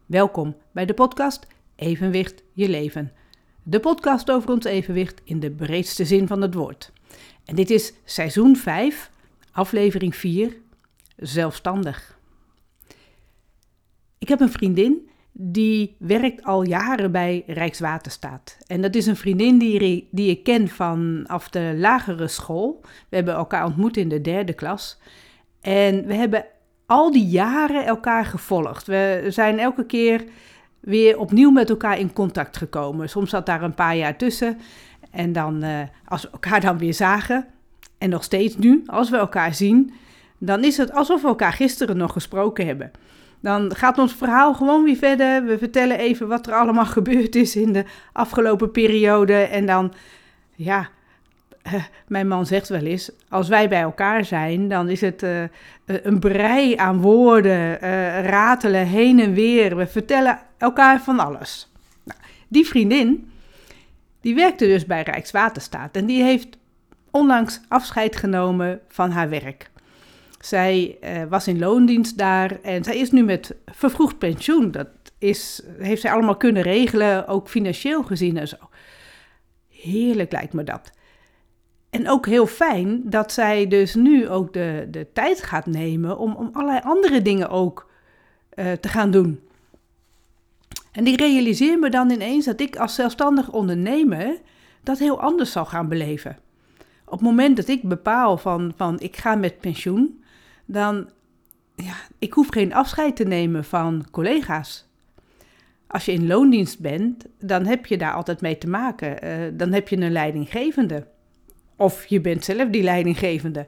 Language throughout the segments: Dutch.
Welkom bij de podcast Evenwicht je leven. De podcast over ons evenwicht in de breedste zin van het woord. En dit is seizoen 5, aflevering 4, zelfstandig. Ik heb een vriendin die werkt al jaren bij Rijkswaterstaat. En dat is een vriendin die ik ken vanaf de lagere school. We hebben elkaar ontmoet in de 3e klas. En we hebben al die jaren elkaar gevolgd. We zijn elke keer weer opnieuw met elkaar in contact gekomen. Soms zat daar een paar jaar tussen. En dan, als we elkaar dan weer zagen, en nog steeds nu, als we elkaar zien, dan is het alsof we elkaar gisteren nog gesproken hebben. Dan gaat ons verhaal gewoon weer verder. We vertellen even wat er allemaal gebeurd is in de afgelopen periode. En dan, mijn man zegt wel eens, als wij bij elkaar zijn, dan is het een brei aan woorden, ratelen heen en weer. We vertellen elkaar van alles. Nou, die vriendin, die werkte dus bij Rijkswaterstaat en die heeft onlangs afscheid genomen van haar werk. Zij was in loondienst daar en zij is nu met vervroegd pensioen. Dat heeft zij allemaal kunnen regelen, ook financieel gezien en zo. Heerlijk lijkt me dat. En ook heel fijn dat zij dus nu ook de tijd gaat nemen om allerlei andere dingen ook te gaan doen. En ik realiseer me dan ineens dat ik als zelfstandig ondernemer dat heel anders zal gaan beleven. Op het moment dat ik bepaal van ik ga met pensioen, dan, ik hoef geen afscheid te nemen van collega's. Als je in loondienst bent, dan heb je daar altijd mee te maken. Dan heb je een leidinggevende. Of je bent zelf die leidinggevende.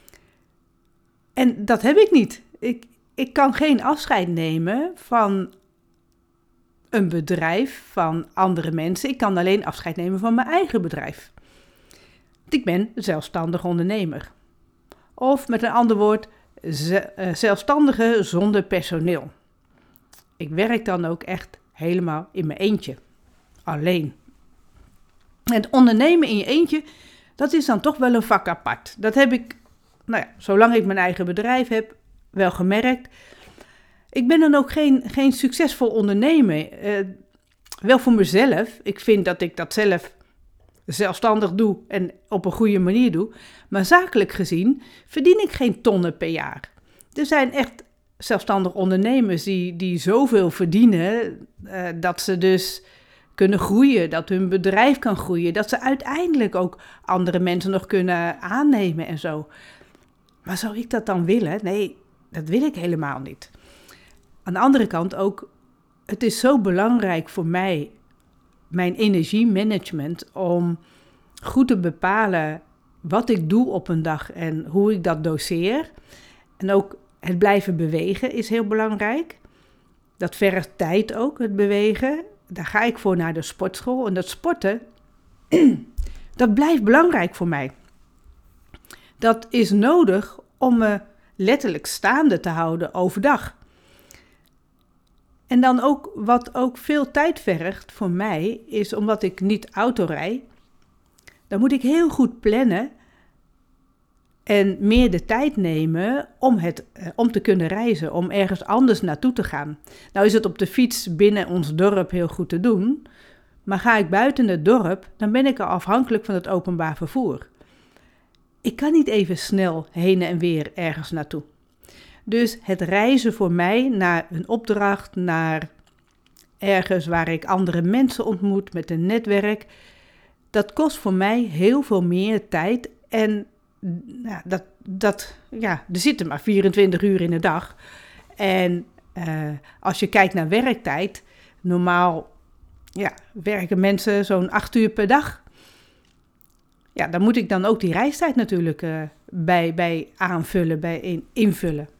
En dat heb ik niet. Ik kan geen afscheid nemen van een bedrijf, van andere mensen. Ik kan alleen afscheid nemen van mijn eigen bedrijf. Want ik ben zelfstandig ondernemer. Of met een ander woord, zelfstandige zonder personeel. Ik werk dan ook echt helemaal in mijn eentje. Alleen. En het ondernemen in je eentje, dat is dan toch wel een vak apart. Dat heb ik, zolang ik mijn eigen bedrijf heb, wel gemerkt. Ik ben dan ook geen succesvol ondernemer. Wel voor mezelf. Ik vind dat ik dat zelf zelfstandig doe en op een goede manier doe. Maar zakelijk gezien verdien ik geen tonnen per jaar. Er zijn echt zelfstandig ondernemers die zoveel verdienen dat ze dus kunnen groeien, dat hun bedrijf kan groeien, dat ze uiteindelijk ook andere mensen nog kunnen aannemen en zo. Maar zou ik dat dan willen? Nee, dat wil ik helemaal niet. Aan de andere kant ook, het is zo belangrijk voor mij, mijn energiemanagement, om goed te bepalen wat ik doe op een dag en hoe ik dat doseer. En ook het blijven bewegen is heel belangrijk. Dat vergt tijd ook, het bewegen. Daar ga ik voor naar de sportschool. En dat sporten, dat blijft belangrijk voor mij. Dat is nodig om me letterlijk staande te houden overdag. En dan ook, wat ook veel tijd vergt voor mij, is omdat ik niet auto rijd, dan moet ik heel goed plannen en meer de tijd nemen om te kunnen reizen, om ergens anders naartoe te gaan. Nou is het op de fiets binnen ons dorp heel goed te doen, maar ga ik buiten het dorp, dan ben ik al afhankelijk van het openbaar vervoer. Ik kan niet even snel heen en weer ergens naartoe. Dus het reizen voor mij naar een opdracht, naar ergens waar ik andere mensen ontmoet met een netwerk, dat kost voor mij heel veel meer tijd en er zitten maar 24 uur in de dag. En als je kijkt naar werktijd, normaal werken mensen zo'n 8 uur per dag. Ja, dan moet ik dan ook die reistijd natuurlijk bij aanvullen, bij invullen.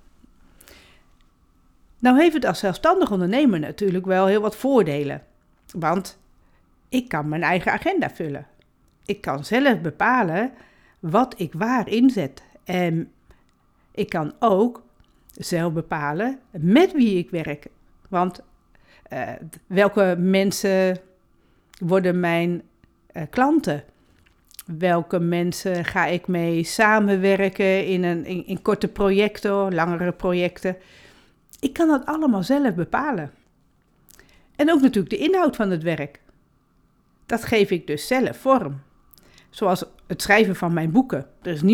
Nou heeft het als zelfstandig ondernemer natuurlijk wel heel wat voordelen. Want ik kan mijn eigen agenda vullen. Ik kan zelf bepalen wat ik waar inzet. En ik kan ook zelf bepalen met wie ik werk. Want welke mensen worden mijn klanten? Welke mensen ga ik mee samenwerken in korte projecten, langere projecten? Ik kan dat allemaal zelf bepalen. En ook natuurlijk de inhoud van het werk. Dat geef ik dus zelf vorm. Zoals het schrijven van mijn boeken. Er is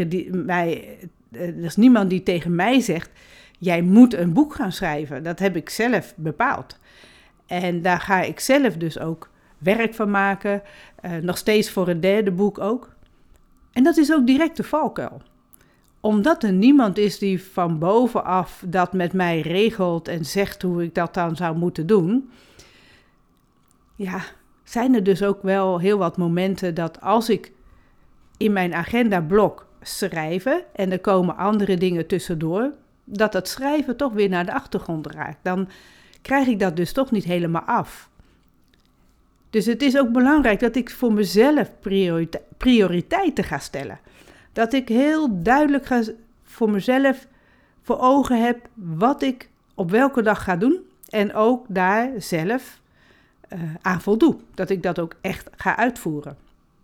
niemand die tegen mij zegt, jij moet een boek gaan schrijven. Dat heb ik zelf bepaald. En daar ga ik zelf dus ook werk van maken. Nog steeds voor het derde boek ook. En dat is ook direct de valkuil. Omdat er niemand is die van bovenaf dat met mij regelt en zegt hoe ik dat dan zou moeten doen. Ja, zijn er dus ook wel heel wat momenten dat als ik in mijn agendablok schrijven en er komen andere dingen tussendoor, dat schrijven toch weer naar de achtergrond raakt. Dan krijg ik dat dus toch niet helemaal af. Dus het is ook belangrijk dat ik voor mezelf prioriteiten ga stellen. Dat ik heel duidelijk voor mezelf voor ogen heb wat ik op welke dag ga doen. En ook daar zelf aan voldoe. Dat ik dat ook echt ga uitvoeren.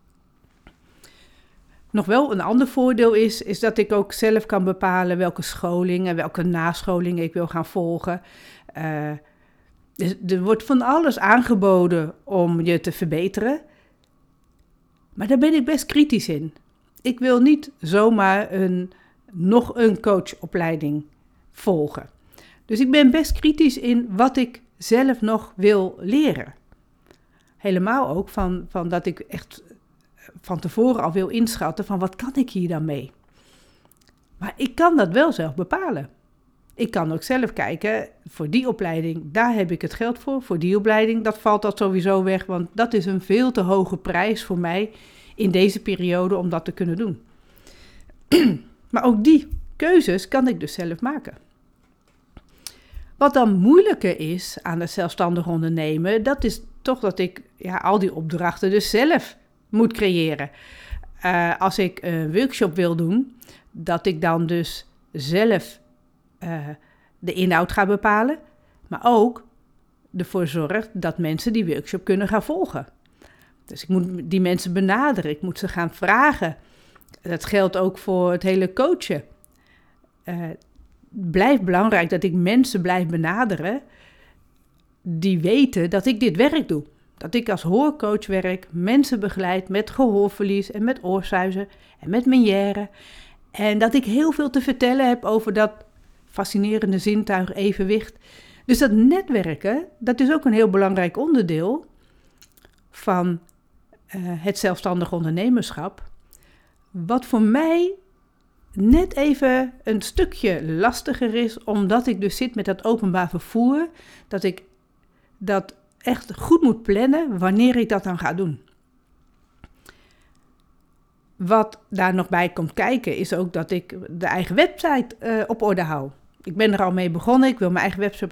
Nog wel een ander voordeel is dat ik ook zelf kan bepalen welke scholing en welke nascholing ik wil gaan volgen. Dus er wordt van alles aangeboden om je te verbeteren. Maar daar ben ik best kritisch in. Ik wil niet zomaar nog een coachopleiding volgen. Dus ik ben best kritisch in wat ik zelf nog wil leren. Helemaal ook van dat ik echt van tevoren al wil inschatten van wat kan ik hier dan mee. Maar ik kan dat wel zelf bepalen. Ik kan ook zelf kijken, voor die opleiding, daar heb ik het geld voor. Voor die opleiding, dat valt dat sowieso weg, want dat is een veel te hoge prijs voor mij in deze periode om dat te kunnen doen. Maar ook die keuzes kan ik dus zelf maken. Wat dan moeilijker is aan het zelfstandig ondernemen, dat is toch dat ik al die opdrachten dus zelf moet creëren. Als ik een workshop wil doen, dat ik dan dus zelf de inhoud ga bepalen, maar ook ervoor zorg dat mensen die workshop kunnen gaan volgen. Dus ik moet die mensen benaderen, ik moet ze gaan vragen. Dat geldt ook voor het hele coachen. Blijft belangrijk dat ik mensen blijf benaderen die weten dat ik dit werk doe. Dat ik als hoorcoach werk, mensen begeleid met gehoorverlies en met oorsuizen en met menière. En dat ik heel veel te vertellen heb over dat fascinerende zintuig evenwicht. Dus dat netwerken, dat is ook een heel belangrijk onderdeel van het zelfstandig ondernemerschap. Wat voor mij net even een stukje lastiger is, omdat ik dus zit met dat openbaar vervoer, dat ik dat echt goed moet plannen wanneer ik dat dan ga doen. Wat daar nog bij komt kijken is ook dat ik de eigen website op orde hou. Ik ben er al mee begonnen, ik wil mijn eigen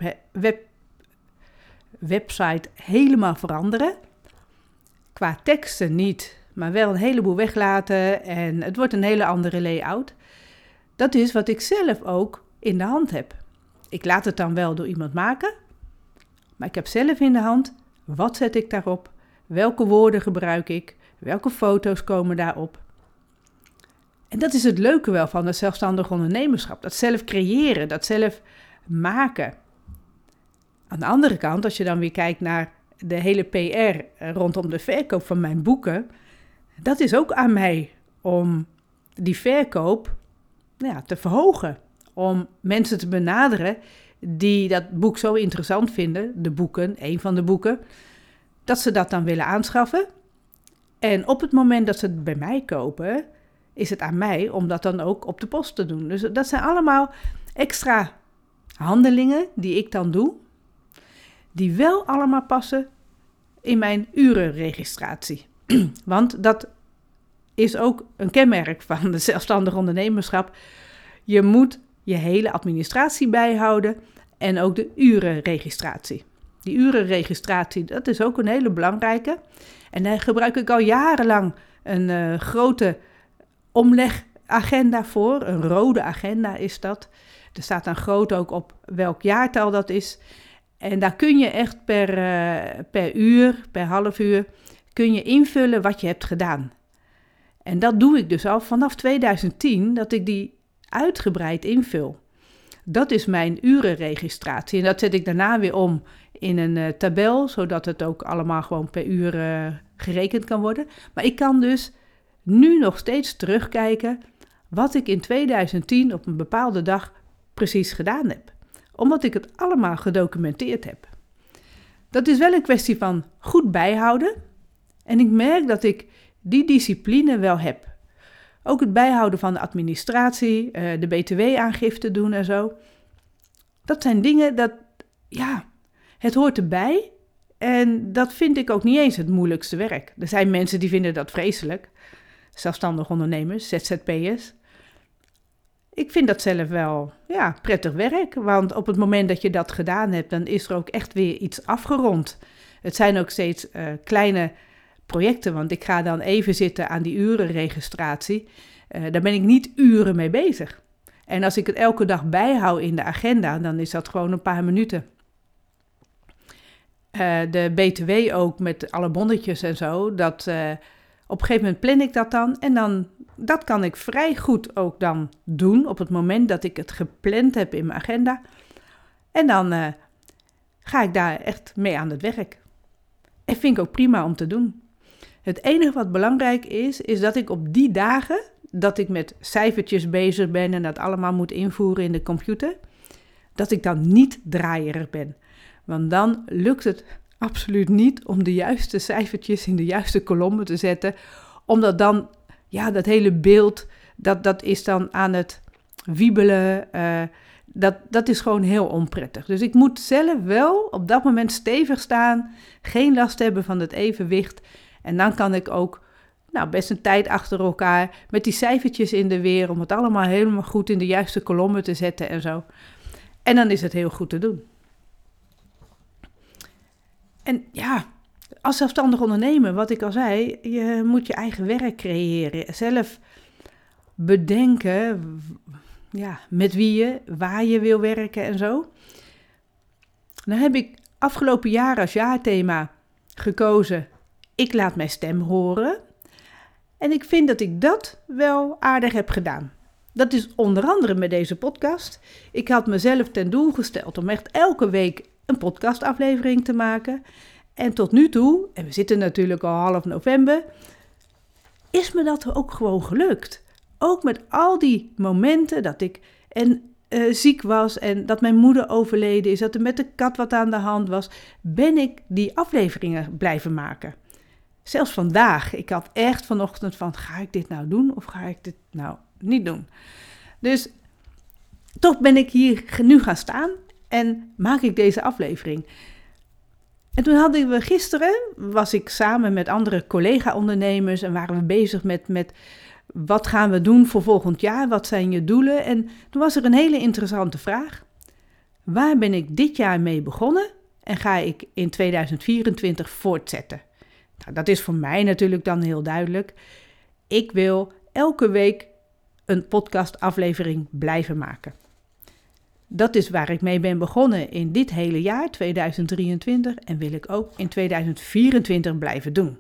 website helemaal veranderen. Qua teksten niet, maar wel een heleboel weglaten en het wordt een hele andere layout. Dat is wat ik zelf ook in de hand heb. Ik laat het dan wel door iemand maken, maar ik heb zelf in de hand, wat zet ik daarop, welke woorden gebruik ik, welke foto's komen daarop. En dat is het leuke wel van het zelfstandig ondernemerschap, dat zelf creëren, dat zelf maken. Aan de andere kant, als je dan weer kijkt naar de hele PR rondom de verkoop van mijn boeken, dat is ook aan mij om die verkoop te verhogen. Om mensen te benaderen die dat boek zo interessant vinden, een van de boeken, dat ze dat dan willen aanschaffen. En op het moment dat ze het bij mij kopen, is het aan mij om dat dan ook op de post te doen. Dus dat zijn allemaal extra handelingen die ik dan doe, die wel allemaal passen in mijn urenregistratie. Want dat is ook een kenmerk van het zelfstandig ondernemerschap. Je moet je hele administratie bijhouden en ook de urenregistratie. Die urenregistratie, dat is ook een hele belangrijke. En daar gebruik ik al jarenlang een grote omlegagenda voor. Een rode agenda is dat. Er staat dan groot ook op welk jaartal dat is. En daar kun je echt per uur, per half uur, kun je invullen wat je hebt gedaan. En dat doe ik dus al vanaf 2010, dat ik die uitgebreid invul. Dat is mijn urenregistratie. En dat zet ik daarna weer om in een tabel, zodat het ook allemaal gewoon per uur gerekend kan worden. Maar ik kan dus nu nog steeds terugkijken wat ik in 2010 op een bepaalde dag precies gedaan heb. Omdat ik het allemaal gedocumenteerd heb. Dat is wel een kwestie van goed bijhouden. En ik merk dat ik die discipline wel heb. Ook het bijhouden van de administratie, de btw-aangifte doen en zo. Dat zijn dingen dat, het hoort erbij. En dat vind ik ook niet eens het moeilijkste werk. Er zijn mensen die vinden dat vreselijk. Zelfstandig ondernemers, ZZP'ers. Ik vind dat zelf wel prettig werk. Want op het moment dat je dat gedaan hebt, dan is er ook echt weer iets afgerond. Het zijn ook steeds kleine projecten, want ik ga dan even zitten aan die urenregistratie. Daar ben ik niet uren mee bezig. En als ik het elke dag bijhoud in de agenda, dan is dat gewoon een paar minuten. De BTW ook met alle bonnetjes en zo, dat op een gegeven moment plan ik dat dan. En dan, dat kan ik vrij goed ook dan doen op het moment dat ik het gepland heb in mijn agenda. En dan ga ik daar echt mee aan het werk. En vind ik ook prima om te doen. Het enige wat belangrijk is dat ik op die dagen dat ik met cijfertjes bezig ben en dat allemaal moet invoeren in de computer, dat ik dan niet draaierig ben. Want dan lukt het absoluut niet om de juiste cijfertjes in de juiste kolommen te zetten, omdat dan, dat hele beeld, dat is dan aan het wiebelen, dat is gewoon heel onprettig. Dus ik moet zelf wel op dat moment stevig staan, geen last hebben van het evenwicht. En dan kan ik ook best een tijd achter elkaar met die cijfertjes in de weer, om het allemaal helemaal goed in de juiste kolommen te zetten en zo. En dan is het heel goed te doen. En als zelfstandig ondernemer, wat ik al zei, je moet je eigen werk creëren. Zelf bedenken, met wie waar je wil werken en zo. Dan heb ik afgelopen jaar als jaarthema gekozen, ik laat mijn stem horen. En ik vind dat ik dat wel aardig heb gedaan. Dat is onder andere met deze podcast. Ik had mezelf ten doel gesteld om echt elke week een podcastaflevering te maken. En tot nu toe, en we zitten natuurlijk al half november, is me dat ook gewoon gelukt. Ook met al die momenten dat ik ziek was en dat mijn moeder overleden is, dat er met de kat wat aan de hand was, ben ik die afleveringen blijven maken. Zelfs vandaag, ik had echt vanochtend van, ga ik dit nou doen of ga ik dit nou niet doen? Dus toch ben ik hier nu gaan staan en maak ik deze aflevering. En toen was ik samen met andere collega-ondernemers en waren we bezig met wat gaan we doen voor volgend jaar, wat zijn je doelen? En toen was er een hele interessante vraag. Waar ben ik dit jaar mee begonnen en ga ik in 2024 voortzetten? Nou, dat is voor mij natuurlijk dan heel duidelijk. Ik wil elke week een podcastaflevering blijven maken. Dat is waar ik mee ben begonnen in dit hele jaar, 2023, en wil ik ook in 2024 blijven doen.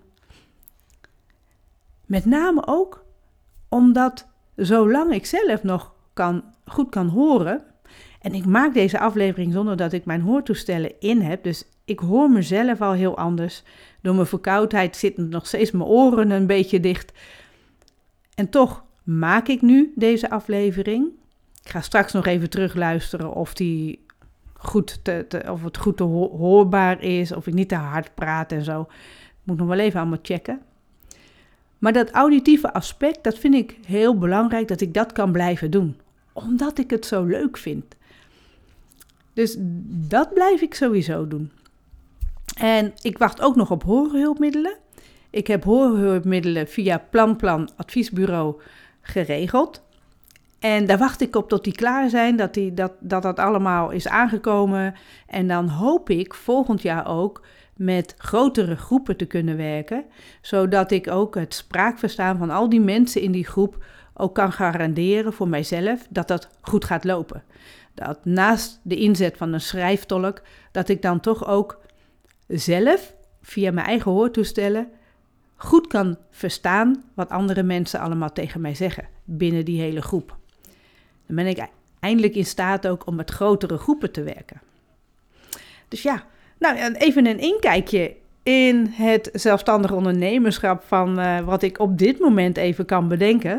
Met name ook omdat zolang ik zelf nog goed kan horen, en ik maak deze aflevering zonder dat ik mijn hoortoestellen in heb, dus ik hoor mezelf al heel anders. Door mijn verkoudheid zitten nog steeds mijn oren een beetje dicht. En toch maak ik nu deze aflevering. Ik ga straks nog even terugluisteren of het goed hoorbaar is, of ik niet te hard praat en zo. Moet nog wel even allemaal checken. Maar dat auditieve aspect, dat vind ik heel belangrijk dat ik dat kan blijven doen. Omdat ik het zo leuk vind. Dus dat blijf ik sowieso doen. En ik wacht ook nog op hoorhulpmiddelen. Ik heb hoorhulpmiddelen via Plan Adviesbureau geregeld. En daar wacht ik op tot die klaar zijn, dat allemaal is aangekomen. En dan hoop ik volgend jaar ook met grotere groepen te kunnen werken. Zodat ik ook het spraakverstaan van al die mensen in die groep ook kan garanderen voor mijzelf dat dat goed gaat lopen. Dat naast de inzet van een schrijftolk, dat ik dan toch ook zelf via mijn eigen hoortoestellen goed kan verstaan wat andere mensen allemaal tegen mij zeggen binnen die hele groep. Dan ben ik eindelijk in staat ook om met grotere groepen te werken. Dus Nou, even een inkijkje in het zelfstandig ondernemerschap van wat ik op dit moment even kan bedenken.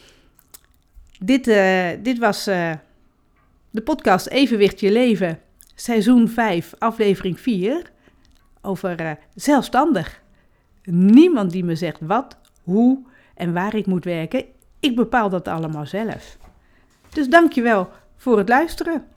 Dit was de podcast Evenwicht je leven, seizoen 5, aflevering 4, over zelfstandig. Niemand die me zegt wat, hoe en waar ik moet werken. Ik bepaal dat allemaal zelf. Dus dankjewel voor het luisteren.